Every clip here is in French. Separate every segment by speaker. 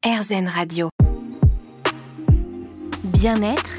Speaker 1: RZN Radio. Bien-être,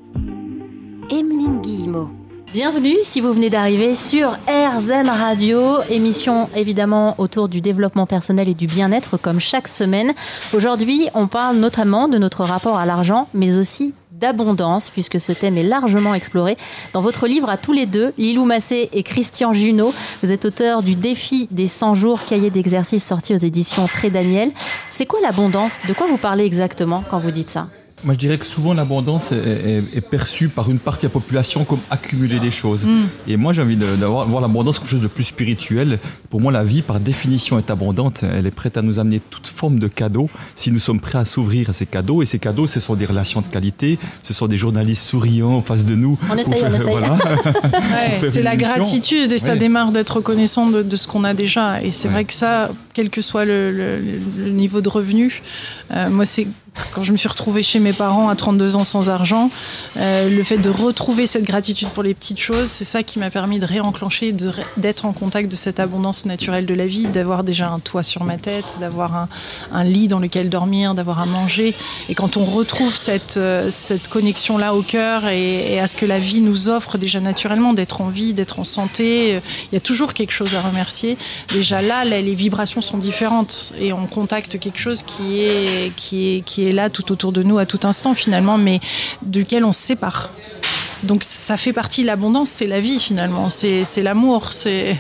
Speaker 1: Emeline Guillemot.
Speaker 2: Bienvenue si vous venez d'arriver sur RZN Radio, émission évidemment autour du développement personnel et du bien-être comme chaque semaine. Aujourd'hui, on parle notamment de notre rapport à l'argent, mais aussi d'abondance, puisque ce thème est largement exploré dans votre livre à tous les deux, Lilou Massé et Christian Junod. Vous êtes auteur du défi des 100 jours, cahier d'exercices sorti aux éditions Très Daniel. C'est quoi l'abondance ? De quoi vous parlez exactement quand vous dites ça ?
Speaker 3: Moi, je dirais que souvent, l'abondance est perçue par une partie de la population comme accumuler des choses. Et moi, j'ai envie voir l'abondance comme quelque chose de plus spirituel. Pour moi, la vie, par définition, est abondante. Elle est prête à nous amener toute forme de cadeaux si nous sommes prêts à s'ouvrir à ces cadeaux. Et ces cadeaux, ce sont des relations de qualité, ce sont des journalistes souriants en face de nous.
Speaker 2: On essaye.
Speaker 3: Voilà.
Speaker 4: Ouais, c'est la gratitude et ça démarre d'être reconnaissant de ce qu'on a déjà. Et c'est vrai que ça, quel que soit le niveau de revenu, moi, c'est... Quand je me suis retrouvée chez mes parents à 32 ans sans argent, le fait de retrouver cette gratitude pour les petites choses, c'est ça qui m'a permis de réenclencher, d'être en contact de cette abondance naturelle de la vie, d'avoir déjà un toit sur ma tête, d'avoir un lit dans lequel dormir, d'avoir à manger. Et quand on retrouve cette connexion-là au cœur et à ce que la vie nous offre déjà naturellement, d'être en vie, d'être en santé, il y a toujours quelque chose à remercier. Déjà là, les vibrations sont différentes et on contacte quelque chose qui est là tout autour de nous à tout instant finalement, mais duquel on se sépare. Donc ça fait partie de l'abondance, c'est la vie finalement, c'est l'amour,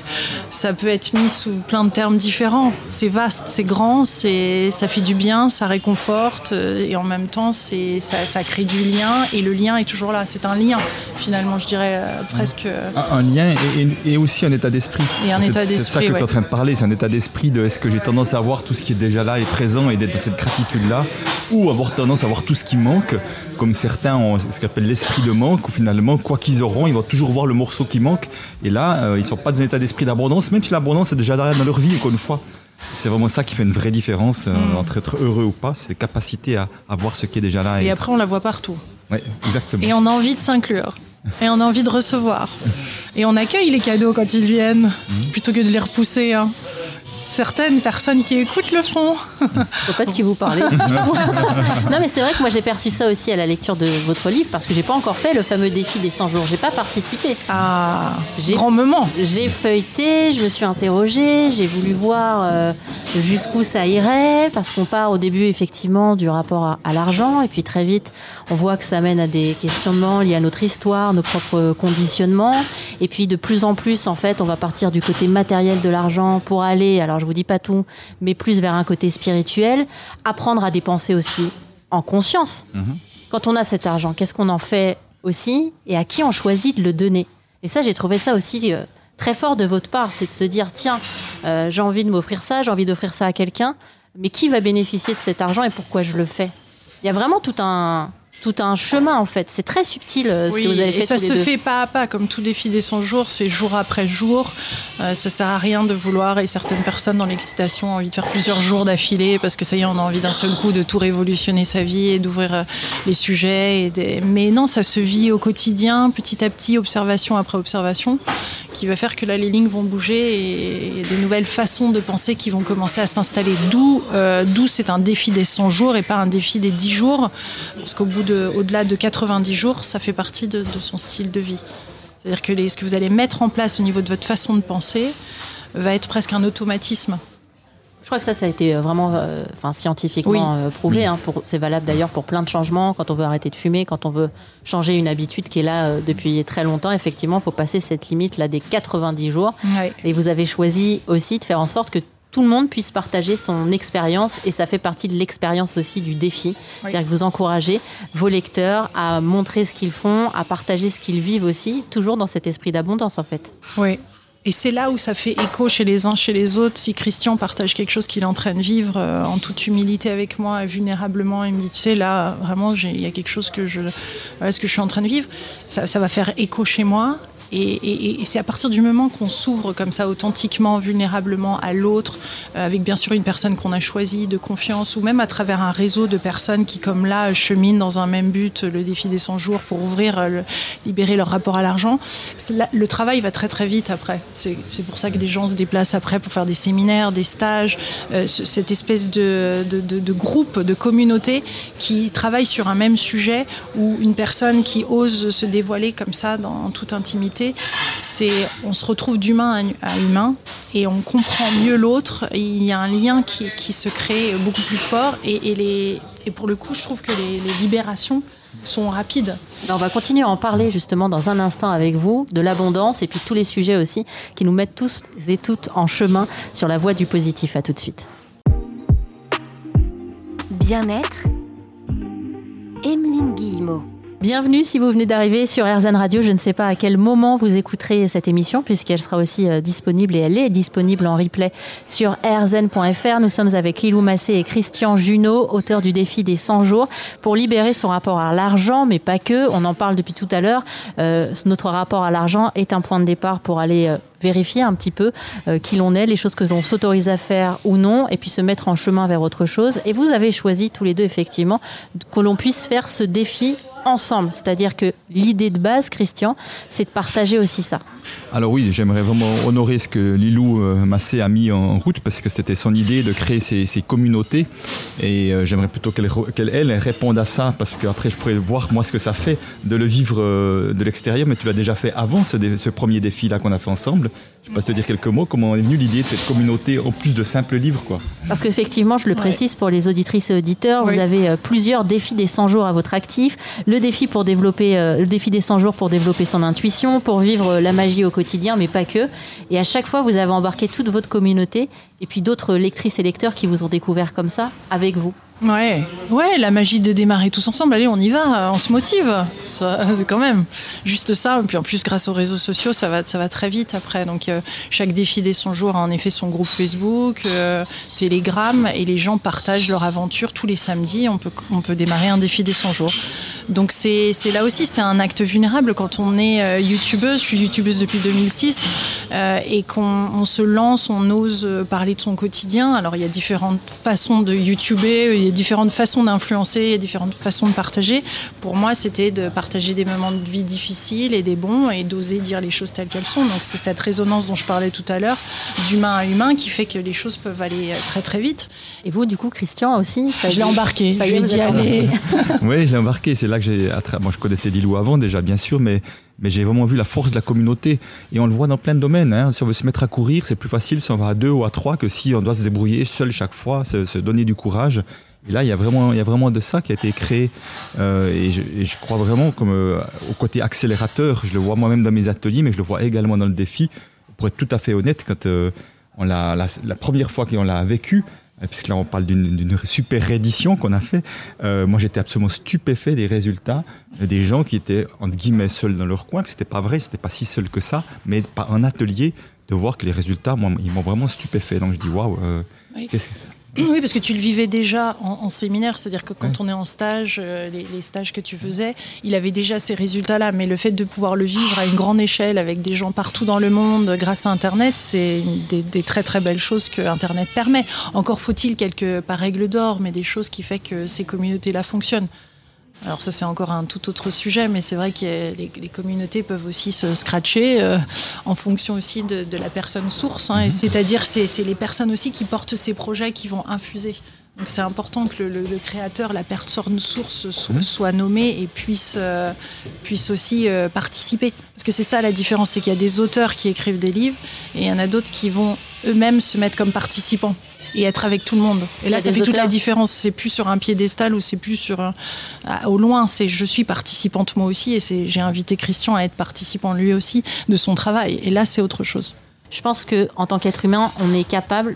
Speaker 4: ça peut être mis sous plein de termes différents. C'est vaste, c'est grand, ça fait du bien, ça réconforte et en même temps ça crée du lien et le lien est toujours là. C'est un lien finalement, je dirais presque.
Speaker 3: Un lien et aussi un état d'esprit.
Speaker 4: Et un état d'esprit,
Speaker 3: c'est ça que tu es en train de parler, c'est un état d'esprit de est-ce que j'ai tendance à voir tout ce qui est déjà là et présent et d'être dans cette gratitude-là, ou avoir tendance à voir tout ce qui manque, comme certains ont ce qu'on appelle l'esprit de manque, où finalement, quoi qu'ils auront, ils vont toujours voir le morceau qui manque. Et là, ils ne sont pas dans un état d'esprit d'abondance, même si l'abondance est déjà derrière dans leur vie, encore une fois. C'est vraiment ça qui fait une vraie différence entre être heureux ou pas, c'est la capacité à voir ce qui est déjà là.
Speaker 4: Et après, on la voit partout.
Speaker 3: Oui, exactement.
Speaker 4: Et on a envie de s'inclure. Et on a envie de recevoir. Et on accueille les cadeaux quand ils viennent, plutôt que de les repousser. Certaines personnes qui écoutent le font.
Speaker 2: Je ne sais pas de qui vous parlez. Non, mais c'est vrai que moi j'ai perçu ça aussi à la lecture de votre livre, parce que j'ai pas encore fait le fameux défi des 100 jours. J'ai pas participé.
Speaker 4: Ah, grand moment.
Speaker 2: J'ai feuilleté, je me suis interrogée, j'ai voulu voir jusqu'où ça irait, parce qu'on part au début effectivement du rapport à l'argent, et puis très vite on voit que ça mène à des questionnements liés à notre histoire, nos propres conditionnements, et puis de plus en plus en fait on va partir du côté matériel de l'argent pour aller, alors je vous dis pas tout, mais plus vers un côté spirituel, apprendre à dépenser aussi en conscience. Quand on a cet argent, qu'est-ce qu'on en fait aussi et à qui on choisit de le donner? Et ça, j'ai trouvé ça aussi très fort de votre part, c'est de se dire, tiens, j'ai envie de m'offrir ça, j'ai envie d'offrir ça à quelqu'un, mais qui va bénéficier de cet argent et pourquoi je le fais? Il y a vraiment tout un chemin en fait, c'est très subtil ce que vous avez fait.
Speaker 4: Et ça
Speaker 2: tous les
Speaker 4: se
Speaker 2: deux.
Speaker 4: fait pas à pas, comme tout défi des 100 jours, c'est jour après jour. Ça sert à rien de vouloir, et certaines personnes dans l'excitation ont envie de faire plusieurs jours d'affilée parce que ça y est, on a envie d'un seul coup de tout révolutionner sa vie et d'ouvrir les sujets. Mais non, ça se vit au quotidien, petit à petit, observation après observation, qui va faire que là, les lignes vont bouger et des nouvelles façons de penser qui vont commencer à s'installer. D'où c'est un défi des 100 jours et pas un défi des 10 jours, parce qu'au bout au-delà de 90 jours, ça fait partie de son style de vie. C'est-à-dire que ce que vous allez mettre en place au niveau de votre façon de penser va être presque un automatisme.
Speaker 2: Je crois que ça a été vraiment scientifiquement prouvé. C'est valable d'ailleurs pour plein de changements. Quand on veut arrêter de fumer, quand on veut changer une habitude qui est là depuis très longtemps, effectivement, il faut passer cette limite-là des 90 jours.
Speaker 4: Ouais.
Speaker 2: Et vous avez choisi aussi de faire en sorte que tout le monde puisse partager son expérience, et ça fait partie de l'expérience aussi du défi. C'est-à-dire que vous encouragez vos lecteurs à montrer ce qu'ils font, à partager ce qu'ils vivent aussi, toujours dans cet esprit d'abondance en fait.
Speaker 4: Oui. Et c'est là où ça fait écho chez les uns, chez les autres. Si Christian partage quelque chose qu'il est en train de vivre en toute humilité avec moi, vulnérablement, il me dit, tu sais, là, vraiment, il y a quelque chose ce que je suis en train de vivre, ça va faire écho chez moi. Et c'est à partir du moment qu'on s'ouvre comme ça authentiquement, vulnérablement à l'autre, avec bien sûr une personne qu'on a choisie de confiance, ou même à travers un réseau de personnes qui, comme là, cheminent dans un même but, le défi des 100 jours, pour libérer leur rapport à l'argent. Le travail va très très vite après. C'est pour ça que des gens se déplacent après pour faire des séminaires, des stages, cette espèce de groupe, de communauté qui travaille sur un même sujet, où une personne qui ose se dévoiler comme ça dans toute intimité, on se retrouve d'humain à humain et on comprend mieux l'autre. Il y a un lien qui se crée beaucoup plus fort et pour le coup, je trouve que les libérations sont rapides.
Speaker 2: On va continuer à en parler justement dans un instant avec vous, de l'abondance et puis tous les sujets aussi qui nous mettent tous et toutes en chemin sur la voie du positif. À tout de suite.
Speaker 1: Bien-être, Emeline Guillemot.
Speaker 2: Bienvenue si vous venez d'arriver sur RZN Radio. Je ne sais pas à quel moment vous écouterez cette émission puisqu'elle sera aussi disponible et elle est disponible en replay sur rzn.fr. Nous sommes avec Lilou Massé et Christian Junod, auteurs du défi des 100 jours pour libérer son rapport à l'argent, mais pas que. On en parle depuis tout à l'heure. Notre rapport à l'argent est un point de départ pour aller vérifier un petit peu qui l'on est, les choses que l'on s'autorise à faire ou non, et puis se mettre en chemin vers autre chose. Et vous avez choisi tous les deux effectivement que l'on puisse faire ce défi ensemble. C'est-à-dire que l'idée de base, Christian, c'est de partager aussi ça.
Speaker 3: Alors oui, j'aimerais vraiment honorer ce que Lilou Massé a mis en route parce que c'était son idée de créer ces communautés et j'aimerais plutôt qu'elle réponde à ça parce qu'après je pourrais voir moi ce que ça fait de le vivre de l'extérieur, mais tu l'as déjà fait avant ce premier défi-là qu'on a fait ensemble. Je ne vais pas te dire quelques mots, comment est venue l'idée de cette communauté en plus de simples livres quoi.
Speaker 2: Parce qu'effectivement, je le précise pour les auditrices et auditeurs, vous avez plusieurs défis des 100 jours à votre actif. Le défi des 100 jours pour développer son intuition, pour vivre la magie au quotidien, mais pas que. Et à chaque fois, vous avez embarqué toute votre communauté et puis d'autres lectrices et lecteurs qui vous ont découvert comme ça, avec vous.
Speaker 4: Ouais, la magie de démarrer tous ensemble. Allez, on y va, on se motive. Ça, c'est quand même juste ça. Et puis en plus, grâce aux réseaux sociaux, ça va très vite après. Donc chaque défi des 100 jours a en effet son groupe Facebook, Telegram, et les gens partagent leur aventure tous les samedis. On peut démarrer un défi des 100 jours. Donc c'est là aussi, c'est un acte vulnérable quand on est youtubeuse. Je suis youtubeuse depuis 2006 et qu'on se lance, on ose parler de son quotidien. Alors il y a différentes façons de youtuber, il y a différentes façons d'influencer, il y a différentes façons de partager. Pour moi, c'était de partager des moments de vie difficiles et des bons et d'oser dire les choses telles qu'elles sont. Donc c'est cette résonance dont je parlais tout à l'heure, d'humain à humain, qui fait que les choses peuvent aller très très vite.
Speaker 2: Et vous, du coup, Christian aussi,
Speaker 4: je l'ai embarqué.
Speaker 2: Ça y est, vous y allez.
Speaker 3: Oui, je l'ai embarqué. C'est là que moi je connaissais Lilou avant déjà bien sûr, mais j'ai vraiment vu la force de la communauté et on le voit dans plein de domaines. Hein. Si on veut se mettre à courir, c'est plus facile si on va à 2 ou à 3 que si on doit se débrouiller seul chaque fois, se donner du courage. Et là, il y a vraiment de ça qui a été créé et je crois vraiment comme au côté accélérateur. Je le vois moi-même dans mes ateliers, mais je le vois également dans le défi. Pour être tout à fait honnête, quand la première fois qu'on l'a vécu, puisque là on parle d'une super réédition qu'on a fait, moi j'étais absolument stupéfait des résultats des gens qui étaient entre guillemets seuls dans leur coin, que c'était pas vrai, c'était pas si seul que ça, mais en atelier, de voir que les résultats, moi, ils m'ont vraiment stupéfait. Donc je dis waouh.
Speaker 4: Oui, parce que tu le vivais déjà en séminaire, c'est-à-dire que quand on est en stage, les stages que tu faisais, il avait déjà ces résultats-là, mais le fait de pouvoir le vivre à une grande échelle avec des gens partout dans le monde grâce à Internet, c'est des très très belles choses que Internet permet. Encore faut-il pas règles d'or, mais des choses qui font que ces communautés-là fonctionnent. Alors ça c'est encore un tout autre sujet, mais c'est vrai que les communautés peuvent aussi se scratcher en fonction aussi de la personne source, hein, et c'est-à-dire c'est les personnes aussi qui portent ces projets qui vont infuser. Donc c'est important que le créateur, la personne source soit nommée et puisse aussi participer. Parce que c'est ça la différence, c'est qu'il y a des auteurs qui écrivent des livres et il y en a d'autres qui vont eux-mêmes se mettre comme participants et être avec tout le monde. Et là, ça fait toute la différence. C'est plus sur un piédestal ou c'est plus au loin. C'est je suis participante moi aussi et j'ai invité Christian à être participant lui aussi de son travail. Et là, c'est autre chose.
Speaker 2: Je pense qu'en tant qu'être humain, on est capable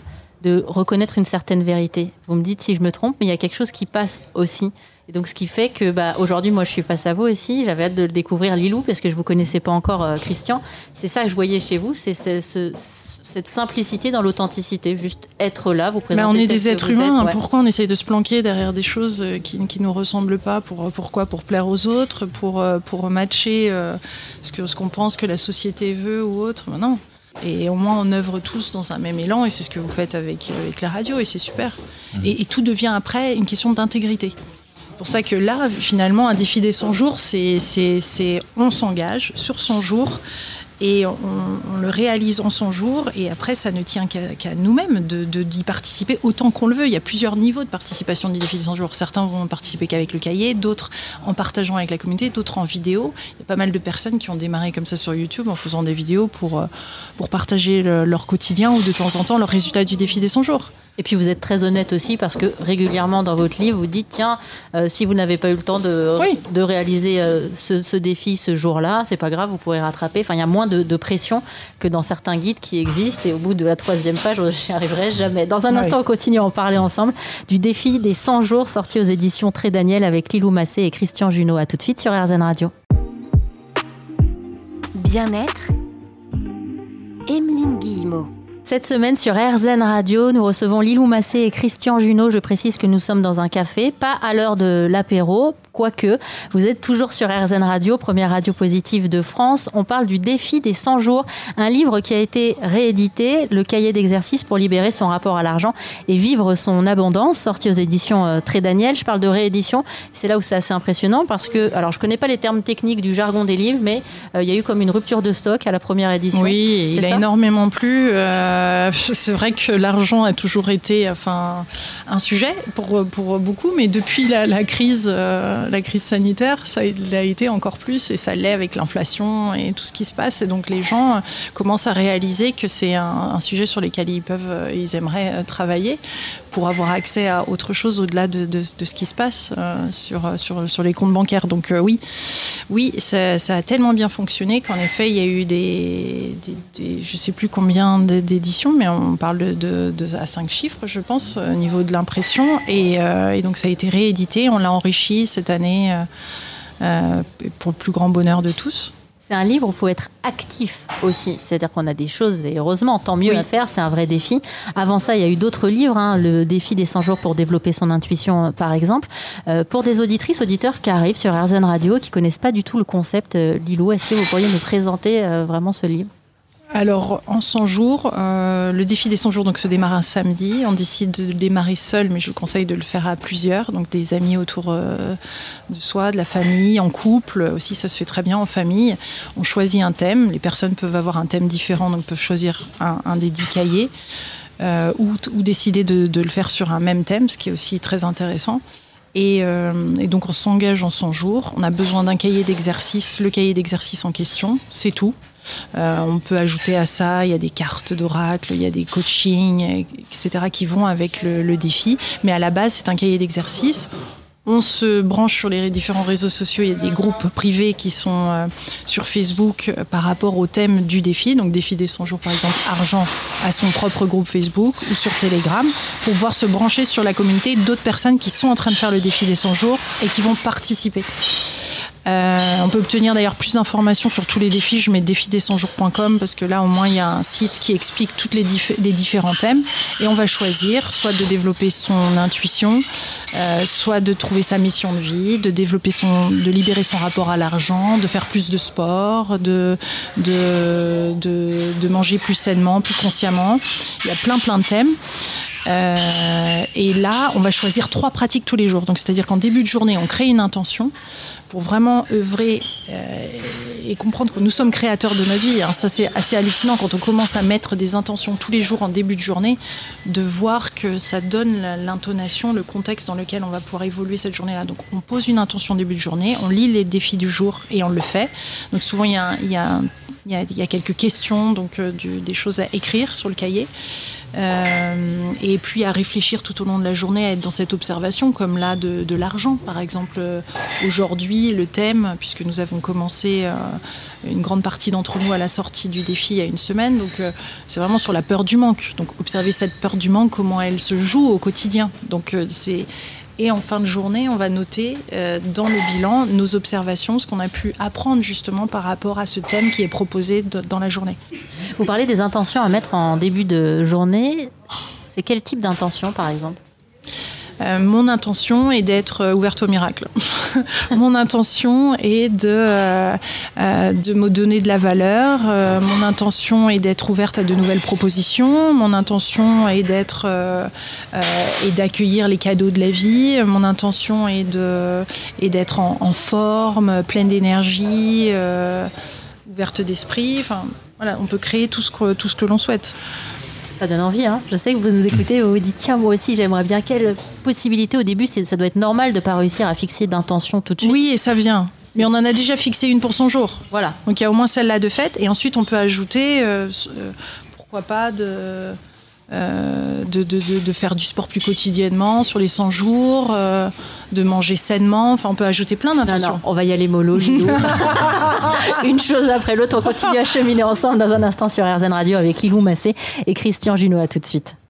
Speaker 2: de reconnaître une certaine vérité. Vous me dites si je me trompe, mais il y a quelque chose qui passe aussi. Et donc, ce qui fait que aujourd'hui, moi, je suis face à vous aussi. J'avais hâte de le découvrir, Lilou, parce que je ne vous connaissais pas encore, Christian. C'est ça que je voyais chez vous, c'est cette simplicité dans l'authenticité. Juste être là, vous présenter.
Speaker 4: On est des êtres humains. Pourquoi on essaye de se planquer derrière des choses qui ne nous ressemblent pas? Pourquoi? Pour plaire aux autres? Pour matcher ce qu'on pense que la société veut ou autre? Non. Et au moins, on œuvre tous dans un même élan, et c'est ce que vous faites avec la radio, et c'est super. Et tout devient après une question d'intégrité. C'est pour ça que là, finalement, un défi des 100 jours, c'est on s'engage sur 100 jours et on le réalise en 100 jours, et après, ça ne tient qu'à nous-mêmes d'y participer autant qu'on le veut. Il y a plusieurs niveaux de participation du défi des 100 jours. Certains vont participer qu'avec le cahier, d'autres en partageant avec la communauté, d'autres en vidéo. Il y a pas mal de personnes qui ont démarré comme ça sur YouTube en faisant des vidéos pour partager leur quotidien ou de temps en temps leurs résultats du défi des 100 jours.
Speaker 2: Et puis vous êtes très honnête aussi, parce que régulièrement dans votre livre, vous dites tiens, si vous n'avez pas eu le temps de réaliser ce défi ce jour-là, c'est pas grave, vous pourrez rattraper. Enfin, il y a moins de pression que dans certains guides qui existent, et au bout de la 3e page, j'y arriverai jamais. Dans un instant, on continue à en parler ensemble du défi des 100 jours sorti aux éditions Très Daniel avec Lilou Massé et Christian Junot. À tout de suite sur RZN Radio.
Speaker 1: Bien-être, Emeline Guillemot.
Speaker 2: Cette semaine sur RZN Radio, nous recevons Lilou Massé et Christian Junot. Je précise que nous sommes dans un café, pas à l'heure de l'apéro, quoique vous êtes toujours sur RZN Radio, première radio positive de France. On parle du défi des 100 jours, un livre qui a été réédité, le cahier d'exercice pour libérer son rapport à l'argent et vivre son abondance, sorti aux éditions Très Daniel. Je parle de réédition, c'est là où c'est assez impressionnant parce que, alors je connais pas les termes techniques du jargon des livres, mais il y a eu comme une rupture de stock à la première édition.
Speaker 4: Oui, il a énormément plu. C'est vrai que l'argent a toujours été un sujet pour beaucoup, mais depuis la crise sanitaire, ça l'a été encore plus, et ça l'est avec l'inflation et tout ce qui se passe. Et donc les gens commencent à réaliser que c'est un sujet sur lequel ils aimeraient travailler pour avoir accès à autre chose au-delà de ce qui se passe sur les comptes bancaires. Donc oui, ça a tellement bien fonctionné qu'en effet, il y a eu je ne sais plus combien d'éditions, mais on parle à 5 chiffres, je pense, au niveau de l'impression. Et donc ça a été réédité, on l'a enrichi cette année pour le plus grand bonheur de tous.
Speaker 2: C'est un livre où il faut être actif aussi. C'est-à-dire qu'on a des choses, et heureusement, tant mieux à faire, c'est un vrai défi. Avant ça, il y a eu d'autres livres, le défi des 100 jours pour développer son intuition, par exemple. Pour des auditrices, auditeurs qui arrivent sur RZN Radio, qui ne connaissent pas du tout le concept, Lilou, est-ce que vous pourriez nous présenter vraiment ce livre ?
Speaker 4: Alors, en 100 jours, le défi des 100 jours donc, se démarre un samedi. On décide de le démarrer seul, mais je vous conseille de le faire à plusieurs. Donc, des amis autour de soi, de la famille, en couple. Aussi, ça se fait très bien en famille. On choisit un thème. Les personnes peuvent avoir un thème différent, donc peuvent choisir un des 10 cahiers ou décider de le faire sur un même thème, ce qui est aussi très intéressant. Et donc, on s'engage en 100 jours. On a besoin d'un cahier d'exercice. Le cahier d'exercice en question, c'est tout. On peut ajouter à ça, il y a des cartes d'oracle, il y a des coachings, etc. qui vont avec le défi. Mais à la base, c'est un cahier d'exercice. On se branche sur les différents réseaux sociaux. Il y a des groupes privés qui sont sur Facebook par rapport au thème du défi. Donc, défi des 100 jours, par exemple, argent à son propre groupe Facebook ou sur Telegram pour pouvoir se brancher sur la communauté d'autres personnes qui sont en train de faire le défi des 100 jours et qui vont participer. On peut obtenir d'ailleurs plus d'informations sur tous les défis. Je mets défidescenjours.com parce que là au moins il y a un site qui explique toutes les différents thèmes, et on va choisir soit de développer son intuition, soit de trouver sa mission de vie, de libérer son rapport à l'argent, de faire plus de sport, de manger plus sainement, plus consciemment. Il y a plein de thèmes. Et là, on va choisir 3 pratiques tous les jours. Donc, c'est-à-dire qu'en début de journée, on crée une intention pour vraiment œuvrer et comprendre que nous sommes créateurs de notre vie. Ça, c'est assez hallucinant quand on commence à mettre des intentions tous les jours en début de journée, de voir que ça donne l'intonation, le contexte dans lequel on va pouvoir évoluer cette journée-là. Donc, on pose une intention en début de journée, on lit les défis du jour et on le fait. Donc, souvent, il y a quelques questions, donc des choses à écrire sur le cahier. Et puis à réfléchir tout au long de la journée, à être dans cette observation, comme là de l'argent, par exemple. Aujourd'hui, le thème, puisque nous avons commencé une grande partie d'entre nous à la sortie du défi il y a une semaine, donc c'est vraiment sur la peur du manque. Donc observer cette peur du manque, comment elle se joue au quotidien. Donc Et en fin de journée, on va noter dans le bilan nos observations, ce qu'on a pu apprendre justement par rapport à ce thème qui est proposé dans la journée.
Speaker 2: Vous parlez des intentions à mettre en début de journée. C'est quel type d'intention, par exemple ?
Speaker 4: Mon intention est d'être ouverte au miracle. Mon intention est de me donner de la valeur. Mon intention est d'être ouverte à de nouvelles propositions. Mon intention est d'accueillir les cadeaux de la vie. Mon intention est d'être en forme, pleine d'énergie, ouverte d'esprit. Enfin, voilà, on peut créer tout ce que l'on souhaite.
Speaker 2: Ça donne envie, hein. Je sais que vous nous écoutez, vous vous dites tiens, moi aussi j'aimerais bien. Quelle possibilité au début, ça doit être normal de ne pas réussir à fixer d'intention tout de suite.
Speaker 4: Oui, et ça vient. Mais on en a déjà fixé une pour son jour.
Speaker 2: Voilà.
Speaker 4: Donc il y a au moins celle-là de fait. Et ensuite on peut ajouter, pourquoi pas, de faire du sport plus quotidiennement sur les 100 jours, de manger sainement. Enfin, on peut ajouter plein d'intentions.
Speaker 2: Non, on va y aller mollo, Gilou. Une chose après l'autre, on continue à cheminer ensemble dans un instant sur RZN Radio avec Lilou Massé et Christian Junot. À tout de suite.